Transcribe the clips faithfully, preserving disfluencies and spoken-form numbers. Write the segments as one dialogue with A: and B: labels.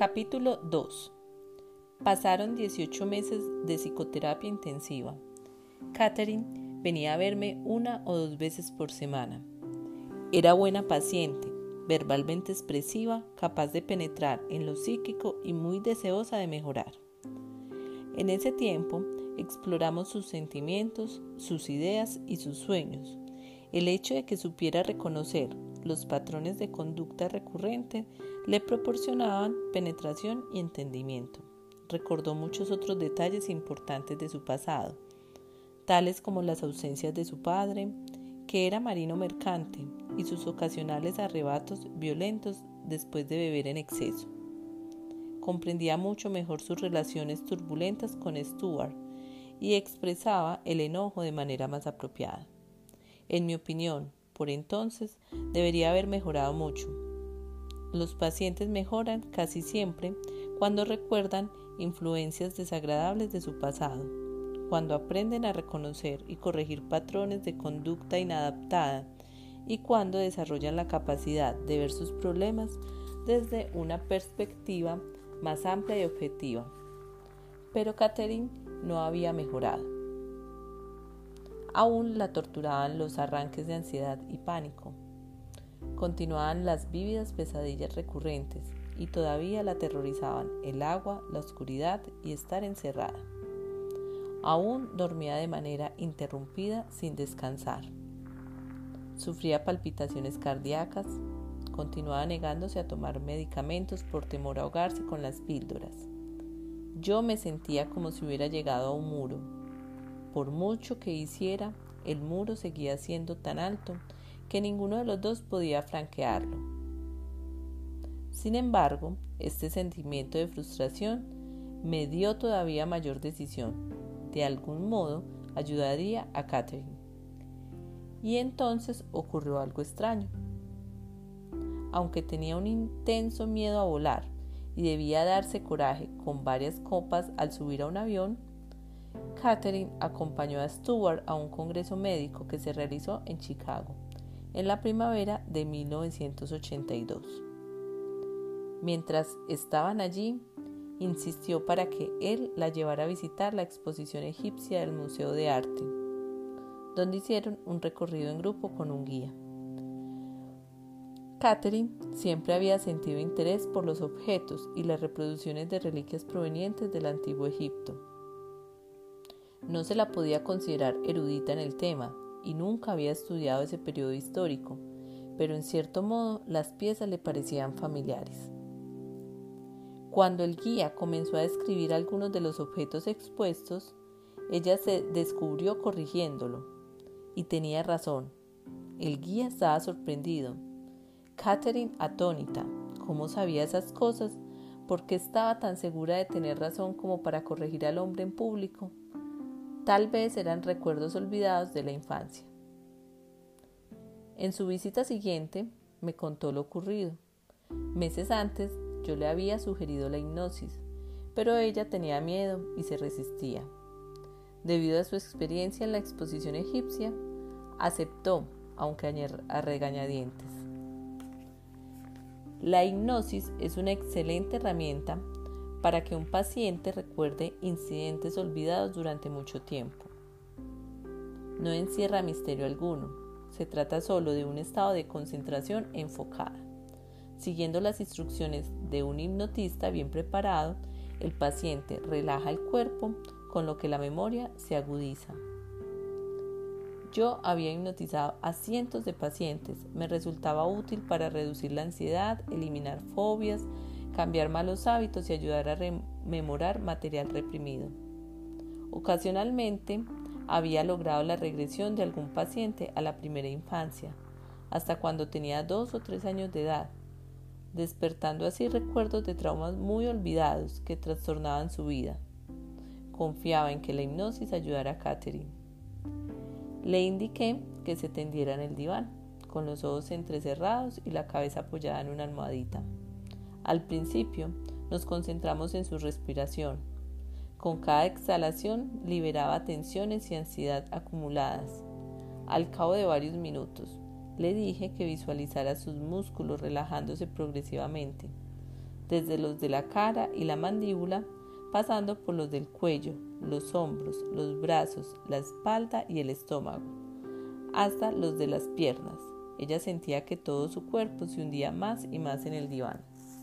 A: Capítulo dos. Pasaron dieciocho meses de psicoterapia intensiva. Catherine venía a verme una o dos veces por semana. Era buena paciente, verbalmente expresiva, capaz de penetrar en lo psíquico y muy deseosa de mejorar. En ese tiempo exploramos sus sentimientos, sus ideas y sus sueños. El hecho de que supiera reconocer los patrones de conducta recurrente le proporcionaban penetración y entendimiento. Recordó muchos otros detalles importantes de su pasado, tales como las ausencias de su padre, que era marino mercante, y sus ocasionales arrebatos violentos después de beber en exceso. Comprendía mucho mejor sus relaciones turbulentas con Stuart y expresaba el enojo de manera más apropiada. En mi opinión, por entonces, debería haber mejorado mucho. Los pacientes mejoran casi siempre cuando recuerdan influencias desagradables de su pasado, cuando aprenden a reconocer y corregir patrones de conducta inadaptada y cuando desarrollan la capacidad de ver sus problemas desde una perspectiva más amplia y objetiva. Pero Catherine no había mejorado. Aún la torturaban los arranques de ansiedad y pánico. Continuaban las vívidas pesadillas recurrentes y todavía la aterrorizaban el agua, la oscuridad y estar encerrada. Aún dormía de manera interrumpida sin descansar. Sufría palpitaciones cardíacas. Continuaba negándose a tomar medicamentos por temor a ahogarse con las píldoras. Yo me sentía como si hubiera llegado a un muro. Por mucho que hiciera, el muro seguía siendo tan alto que ninguno de los dos podía franquearlo. Sin embargo, este sentimiento de frustración me dio todavía mayor decisión. De algún modo, ayudaría a Catherine. Y entonces ocurrió algo extraño. Aunque tenía un intenso miedo a volar y debía darse coraje con varias copas al subir a un avión, Catherine acompañó a Stuart a un congreso médico que se realizó en Chicago en la primavera de mil novecientos ochenta y dos. Mientras estaban allí, insistió para que él la llevara a visitar la exposición egipcia del Museo de Arte, donde hicieron un recorrido en grupo con un guía. Catherine siempre había sentido interés por los objetos y las reproducciones de reliquias provenientes del antiguo Egipto. No se la podía considerar erudita en el tema y nunca había estudiado ese periodo histórico, pero en cierto modo las piezas le parecían familiares. Cuando el guía comenzó a describir algunos de los objetos expuestos, ella se descubrió corrigiéndolo, y tenía razón. El guía estaba sorprendido. Catherine atónita. ¿Cómo sabía esas cosas? ¿Por qué estaba tan segura de tener razón como para corregir al hombre en público? Tal vez eran recuerdos olvidados de la infancia. En su visita siguiente, me contó lo ocurrido. Meses antes, yo le había sugerido la hipnosis, pero ella tenía miedo y se resistía. Debido a su experiencia en la exposición egipcia, aceptó, aunque a regañadientes. La hipnosis es una excelente herramienta para que un paciente recuerde incidentes olvidados durante mucho tiempo. No encierra misterio alguno, se trata solo de un estado de concentración enfocada. Siguiendo las instrucciones de un hipnotista bien preparado, el paciente relaja el cuerpo, con lo que la memoria se agudiza. Yo había hipnotizado a cientos de pacientes, me resultaba útil para reducir la ansiedad, eliminar fobias, cambiar malos hábitos y ayudar a rememorar material reprimido. Ocasionalmente había logrado la regresión de algún paciente a la primera infancia, hasta cuando tenía dos o tres años de edad, despertando así recuerdos de traumas muy olvidados que trastornaban su vida. Confiaba en que la hipnosis ayudara a Catherine. Le indiqué que se tendiera en el diván, con los ojos entrecerrados y la cabeza apoyada en una almohadita. Al principio nos concentramos en su respiración. Con cada exhalación liberaba tensiones y ansiedad acumuladas. Al cabo de varios minutos, le dije que visualizara sus músculos relajándose progresivamente. desde los de la cara y la mandíbula, pasando por los del cuello, los hombros, los brazos, la espalda y el estómago, hasta los de las piernas. Ella sentía que todo su cuerpo se hundía más y más en el diván.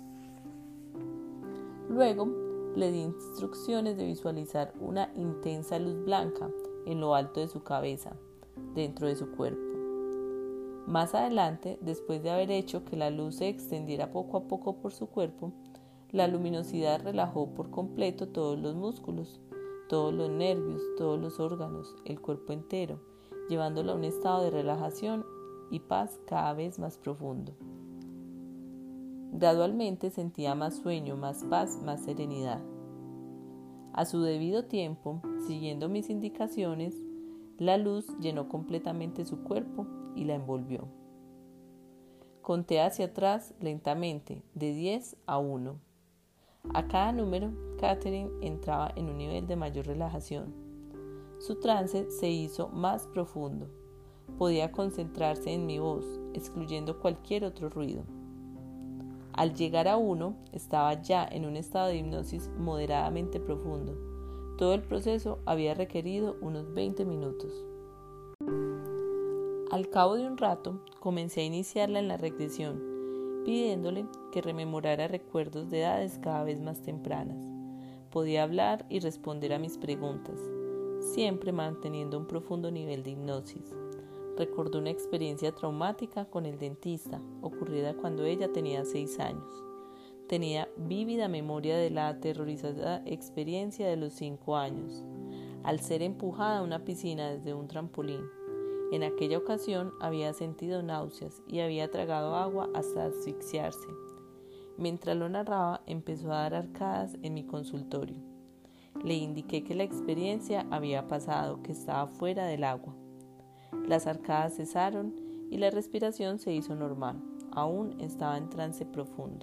A: Luego le di instrucciones de visualizar una intensa luz blanca en lo alto de su cabeza, dentro de su cuerpo. Más adelante, después de haber hecho que la luz se extendiera poco a poco por su cuerpo, la luminosidad relajó por completo todos los músculos, todos los nervios, todos los órganos, el cuerpo entero, llevándolo a un estado de relajación y paz cada vez más profundo. Gradualmente sentía más sueño, más paz, más serenidad. A su debido tiempo, siguiendo mis indicaciones, la luz llenó completamente su cuerpo y la envolvió. Conté hacia atrás lentamente, de diez a uno. A cada número, Catherine entraba en un nivel de mayor relajación. Su trance se hizo más profundo. Podía concentrarse en mi voz, excluyendo cualquier otro ruido. Al llegar a uno, estaba ya en un estado de hipnosis moderadamente profundo. Todo el proceso había requerido unos veinte minutos. Al cabo de un rato, comencé a iniciarla en la regresión, pidiéndole que rememorara recuerdos de edades cada vez más tempranas. Podía hablar y responder a mis preguntas, siempre manteniendo un profundo nivel de hipnosis. Recordó una experiencia traumática con el dentista, ocurrida cuando ella tenía seis años. Tenía vívida memoria de la aterrorizada experiencia de los cinco años, al ser empujada a una piscina desde un trampolín. En aquella ocasión había sentido náuseas y había tragado agua hasta asfixiarse. Mientras lo narraba, empezó a dar arcadas en mi consultorio. Le indiqué que la experiencia había pasado, que estaba fuera del agua. Las arcadas cesaron y la respiración se hizo normal. Aún estaba en trance profundo.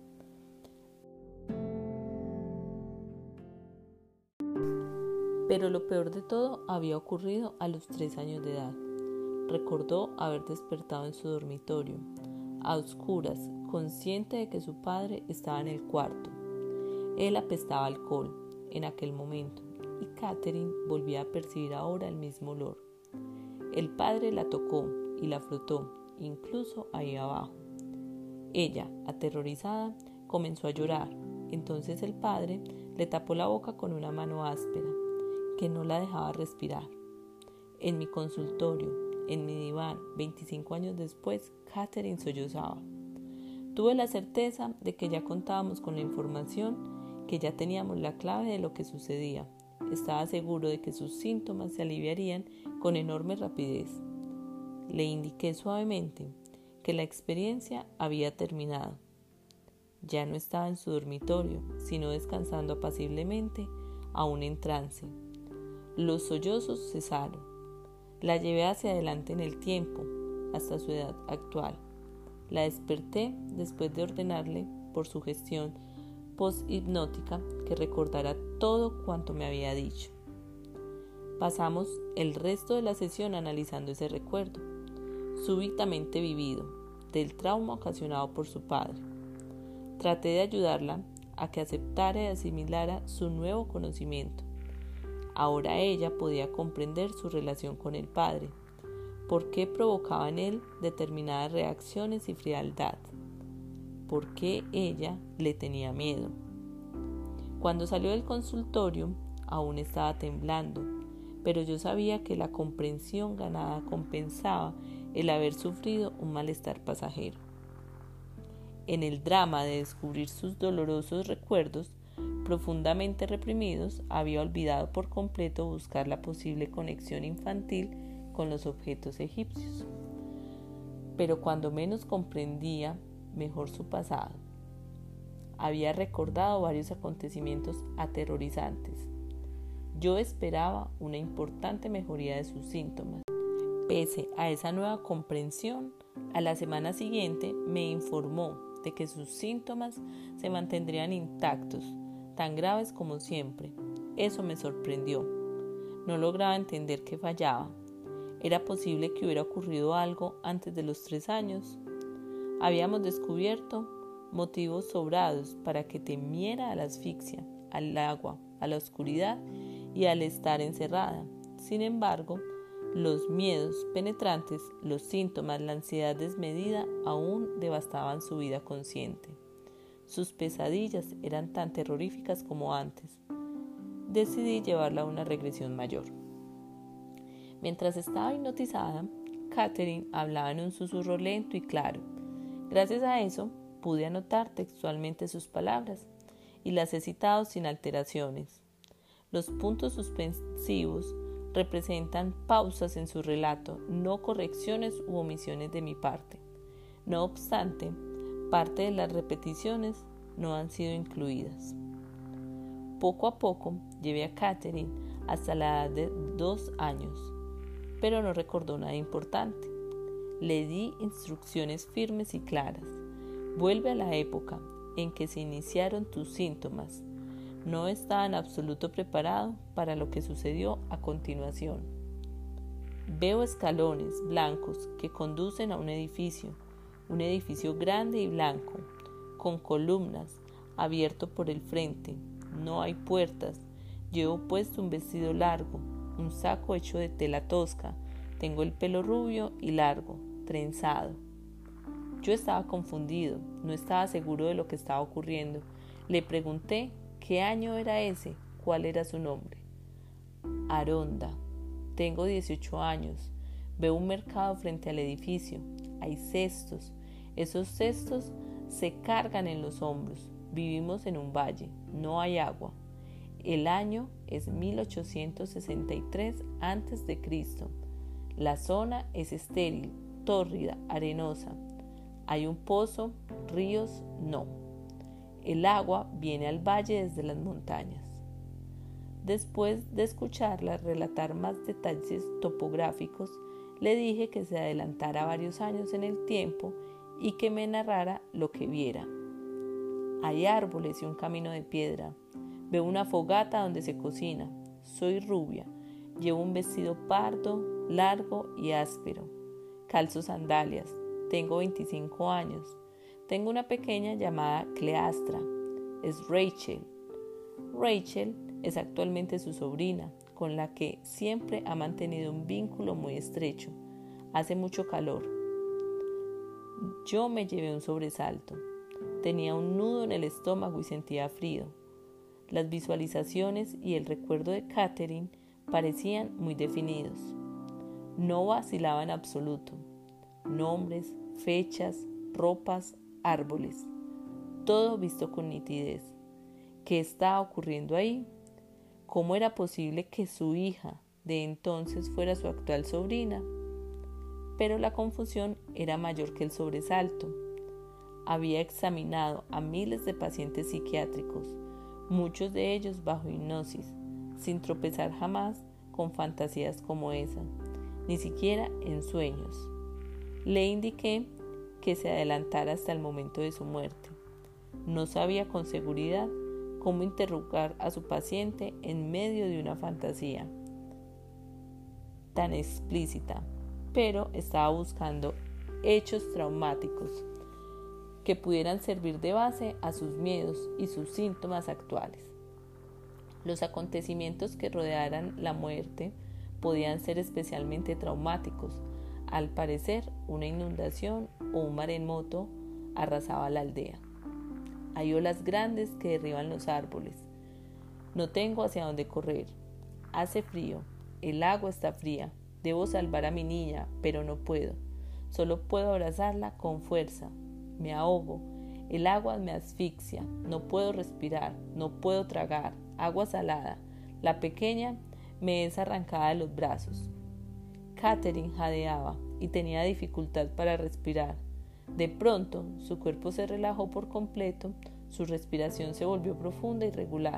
A: Pero lo peor de todo había ocurrido a los tres años de edad. Recordó haber despertado en su dormitorio, a oscuras, consciente de que su padre estaba en el cuarto. Él apestaba alcohol en aquel momento y Catherine volvía a percibir ahora el mismo olor. El padre la tocó y la frotó, incluso ahí abajo. Ella, aterrorizada, comenzó a llorar. Entonces el padre le tapó la boca con una mano áspera, que no la dejaba respirar. En mi consultorio, en mi diván, veinticinco años después, Catherine sollozaba. Tuve la certeza de que ya contábamos con la información, que ya teníamos la clave de lo que sucedía. Estaba seguro de que sus síntomas se aliviarían con enorme rapidez. Le indiqué suavemente que la experiencia había terminado. Ya no estaba en su dormitorio, sino descansando apaciblemente, aún en trance. Los sollozos cesaron. La llevé hacia adelante en el tiempo, hasta su edad actual. La desperté después de ordenarle, por su gestión post-hipnótica, que recordara todo cuanto me había dicho. Pasamos el resto de la sesión analizando ese recuerdo, súbitamente vivido, del trauma ocasionado por su padre. Traté de ayudarla a que aceptara y asimilara su nuevo conocimiento. Ahora ella podía comprender su relación con el padre, por qué provocaba en él determinadas reacciones y frialdad, por qué ella le tenía miedo. Cuando salió del consultorio, aún estaba temblando, pero yo sabía que la comprensión ganada compensaba el haber sufrido un malestar pasajero. En el drama de descubrir sus dolorosos recuerdos, profundamente reprimidos, había olvidado por completo buscar la posible conexión infantil con los objetos egipcios. Pero cuando menos comprendía mejor su pasado, había recordado varios acontecimientos aterrorizantes. Yo esperaba una importante mejoría de sus síntomas. Pese a esa nueva comprensión, a la semana siguiente me informó de que sus síntomas se mantendrían intactos, tan graves como siempre. Eso me sorprendió. No lograba entender qué fallaba. ¿Era posible que hubiera ocurrido algo antes de los tres años? Habíamos descubierto motivos sobrados para que temiera a la asfixia, al agua, a la oscuridad y al estar encerrada. Sin embargo, los miedos penetrantes, los síntomas, la ansiedad desmedida aún devastaban su vida consciente. Sus pesadillas eran tan terroríficas como antes. Decidí llevarla a una regresión mayor. Mientras estaba hipnotizada, Catherine hablaba en un susurro lento y claro. Gracias a eso, pude anotar textualmente sus palabras y las he citado sin alteraciones. Los puntos suspensivos representan pausas en su relato, no correcciones u omisiones de mi parte. No obstante, parte de las repeticiones no han sido incluidas. Poco a poco llevé a Catherine hasta la edad de dos años, pero no recordó nada importante. Le di instrucciones firmes y claras. Vuelve a la época en que se iniciaron tus síntomas. No estaba en absoluto preparado para lo que sucedió a continuación. Veo escalones blancos que conducen a un edificio, un edificio grande y blanco, con columnas, abierto por el frente. No hay puertas. Llevo puesto un vestido largo, un saco hecho de tela tosca. Tengo el pelo rubio y largo, trenzado. Yo estaba confundido, no estaba seguro de lo que estaba ocurriendo. Le pregunté qué año era ese, cuál era su nombre. Aronda. Tengo dieciocho años. Veo un mercado frente al edificio. Hay cestos. Esos cestos se cargan en los hombros. Vivimos en un valle. No hay agua. El año es mil ochocientos sesenta y tres antes de Cristo. La zona es estéril, tórrida, arenosa. Hay un pozo, ríos, no. El agua viene al valle desde las montañas. Después de escucharla relatar más detalles topográficos, le dije que se adelantara varios años en el tiempo y que me narrara lo que viera. Hay árboles y un camino de piedra. Veo una fogata donde se cocina. Soy rubia. Llevo un vestido pardo, largo y áspero. Calzo sandalias. Tengo veinticinco años. Tengo una pequeña llamada Cleastra. Es Rachel. Rachel es actualmente su sobrina, con la que siempre ha mantenido un vínculo muy estrecho. Hace mucho calor. Yo me llevé un sobresalto. Tenía un nudo en el estómago y sentía frío. Las visualizaciones y el recuerdo de Catherine parecían muy definidos. No vacilaba en absoluto. Nombres, fechas, ropas, árboles. Todo visto con nitidez. ¿Qué estaba ocurriendo ahí? ¿Cómo era posible que su hija de entonces fuera su actual sobrina? Pero la confusión era mayor que el sobresalto. Había examinado a miles de pacientes psiquiátricos, muchos de ellos bajo hipnosis, sin tropezar jamás con fantasías como esa, ni siquiera en sueños. Le indiqué que se adelantara hasta el momento de su muerte. No sabía con seguridad cómo interrogar a su paciente en medio de una fantasía tan explícita, pero estaba buscando hechos traumáticos que pudieran servir de base a sus miedos y sus síntomas actuales. Los acontecimientos que rodearan la muerte podían ser especialmente traumáticos. Al parecer, una inundación o un maremoto arrasaba la aldea. Hay olas grandes que derriban los árboles. No tengo hacia dónde correr. Hace frío. El agua está fría. Debo salvar a mi niña, pero no puedo. Solo puedo abrazarla con fuerza. Me ahogo. El agua me asfixia. No puedo respirar. No puedo tragar. Agua salada. La pequeña me es arrancada de los brazos. Catherine jadeaba y tenía dificultad para respirar. De pronto, su cuerpo se relajó por completo, su respiración se volvió profunda y regular.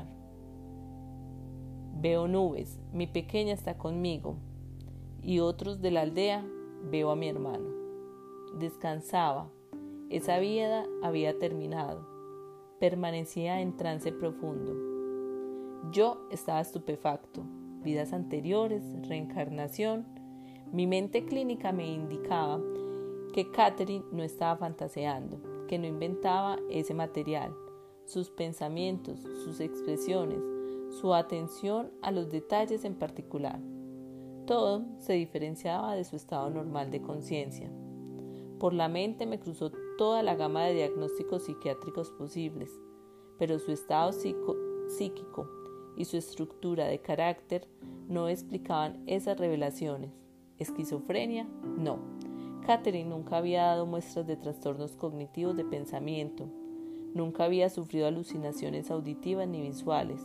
A: Veo nubes, mi pequeña está conmigo, y otros de la aldea veo a mi hermano. Descansaba, esa vida había terminado, permanecía en trance profundo. Yo estaba estupefacto, vidas anteriores, reencarnación. Mi mente clínica me indicaba que Catherine no estaba fantaseando, que no inventaba ese material, sus pensamientos, sus expresiones, su atención a los detalles en particular. Todo se diferenciaba de su estado normal de conciencia. Por la mente me cruzó toda la gama de diagnósticos psiquiátricos posibles, pero su estado psico- psíquico y su estructura de carácter no explicaban esas revelaciones. ¿Esquizofrenia? No. Catherine nunca había dado muestras de trastornos cognitivos de pensamiento. Nunca había sufrido alucinaciones auditivas ni visuales.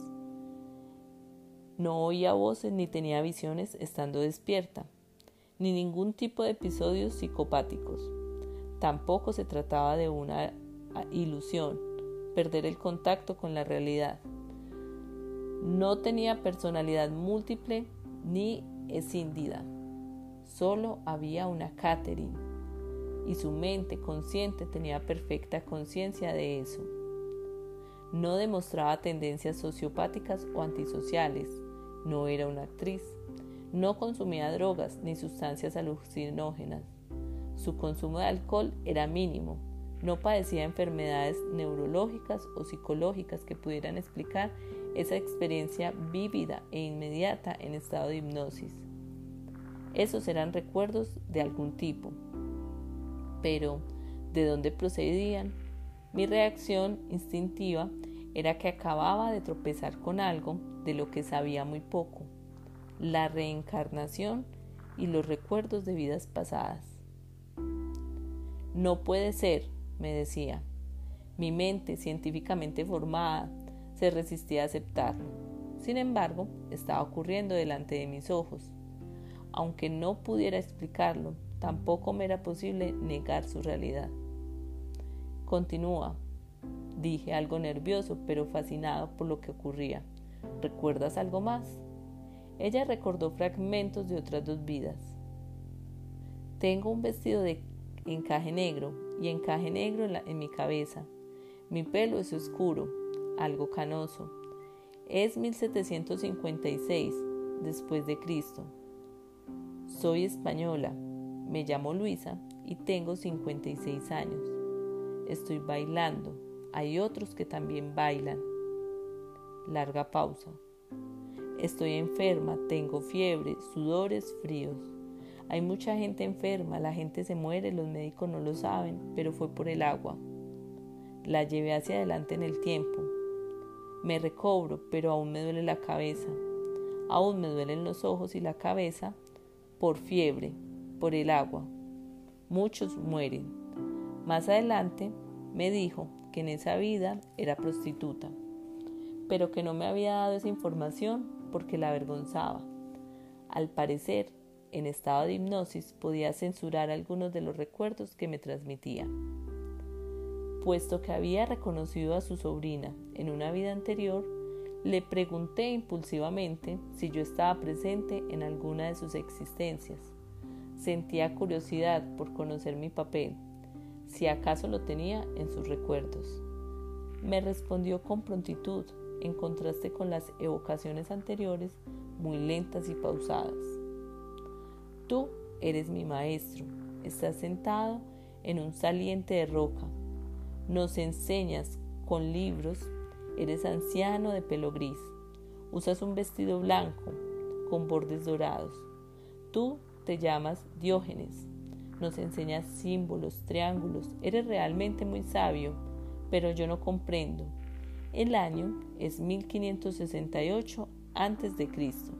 A: No oía voces ni tenía visiones estando despierta, ni ningún tipo de episodios psicopáticos. Tampoco se trataba de una ilusión, perder el contacto con la realidad. No tenía personalidad múltiple ni escindida. Solo había una Catherine, y su mente consciente tenía perfecta conciencia de eso. No demostraba tendencias sociopáticas o antisociales, no era una actriz, no consumía drogas ni sustancias alucinógenas. Su consumo de alcohol era mínimo, no padecía enfermedades neurológicas o psicológicas que pudieran explicar esa experiencia vívida e inmediata en estado de hipnosis. Esos eran recuerdos de algún tipo. Pero, ¿de dónde procedían? Mi reacción instintiva era que acababa de tropezar con algo de lo que sabía muy poco: la reencarnación y los recuerdos de vidas pasadas. No puede ser, me decía. Mi mente, científicamente formada, se resistía a aceptarlo. Sin embargo, estaba ocurriendo delante de mis ojos. Aunque no pudiera explicarlo, tampoco me era posible negar su realidad. Continúa, dije, algo nervioso pero fascinado por lo que ocurría. ¿Recuerdas algo más? Ella recordó fragmentos de otras dos vidas. Tengo un vestido de encaje negro y encaje negro en, la, en mi cabeza. Mi pelo es oscuro, algo canoso. Es mil setecientos cincuenta y seis después de Cristo. Soy española, me llamo Luisa y tengo cincuenta y seis años. Estoy bailando, hay otros que también bailan. Larga pausa. Estoy enferma, tengo fiebre, sudores fríos. Hay mucha gente enferma, la gente se muere, los médicos no lo saben, pero fue por el agua. La llevé hacia adelante en el tiempo. Me recobro, pero aún me duele la cabeza. Aún me duelen los ojos y la cabeza por fiebre, por el agua. Muchos mueren. Más adelante me dijo que en esa vida era prostituta, pero que no me había dado esa información porque la avergonzaba. Al parecer, en estado de hipnosis podía censurar algunos de los recuerdos que me transmitía. Puesto que había reconocido a su sobrina en una vida anterior, le pregunté impulsivamente si yo estaba presente en alguna de sus existencias. Sentía curiosidad por conocer mi papel, si acaso lo tenía en sus recuerdos. Me respondió con prontitud, en contraste con las evocaciones anteriores, muy lentas y pausadas. Tú eres mi maestro, estás sentado en un saliente de roca. Nos enseñas con libros, eres anciano de pelo gris, usas un vestido blanco con bordes dorados. Tú te llamas Diógenes, nos enseñas símbolos, triángulos, eres realmente muy sabio, pero yo no comprendo. El año es mil quinientos sesenta y ocho antes de Cristo.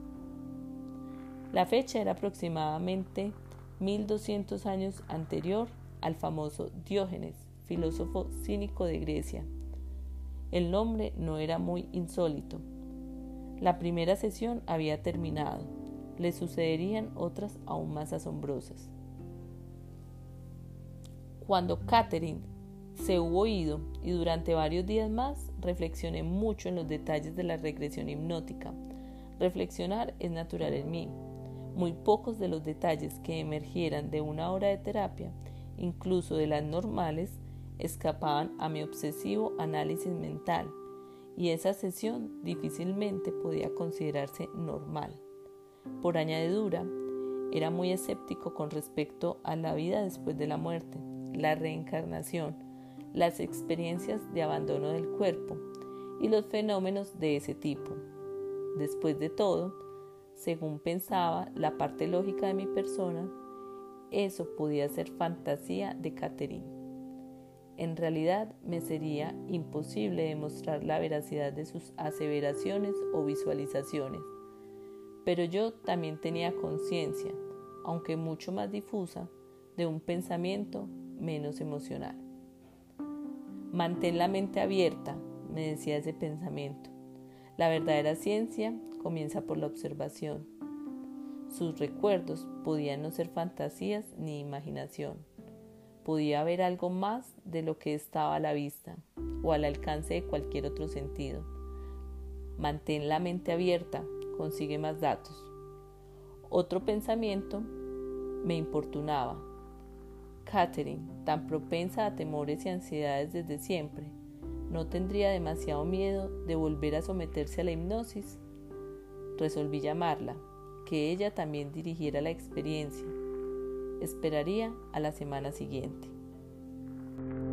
A: La fecha era aproximadamente mil doscientos años anterior al famoso Diógenes, filósofo cínico de Grecia. El nombre no era muy insólito. La primera sesión había terminado. Le sucederían otras aún más asombrosas. Cuando Catherine se hubo ido y durante varios días más, reflexioné mucho en los detalles de la regresión hipnótica. Reflexionar es natural en mí. Muy pocos de los detalles que emergieran de una hora de terapia, incluso de las normales, escapaban a mi obsesivo análisis mental, y esa sesión difícilmente podía considerarse normal. Por añadidura, era muy escéptico con respecto a la vida después de la muerte, la reencarnación, las experiencias de abandono del cuerpo y los fenómenos de ese tipo. Después de todo, según pensaba la parte lógica de mi persona, eso podía ser fantasía de Catherine. En realidad me sería imposible demostrar la veracidad de sus aseveraciones o visualizaciones, pero yo también tenía conciencia, aunque mucho más difusa, de un pensamiento menos emocional. Mantén la mente abierta, me decía ese pensamiento. La verdadera ciencia comienza por la observación. Sus recuerdos podían no ser fantasías ni imaginación. Podía haber algo más de lo que estaba a la vista o al alcance de cualquier otro sentido. Mantén la mente abierta, consigue más datos. Otro pensamiento me importunaba. Catherine, tan propensa a temores y ansiedades desde siempre, ¿no tendría demasiado miedo de volver a someterse a la hipnosis? Resolví llamarla, que ella también dirigiera la experiencia. Esperaría a la semana siguiente.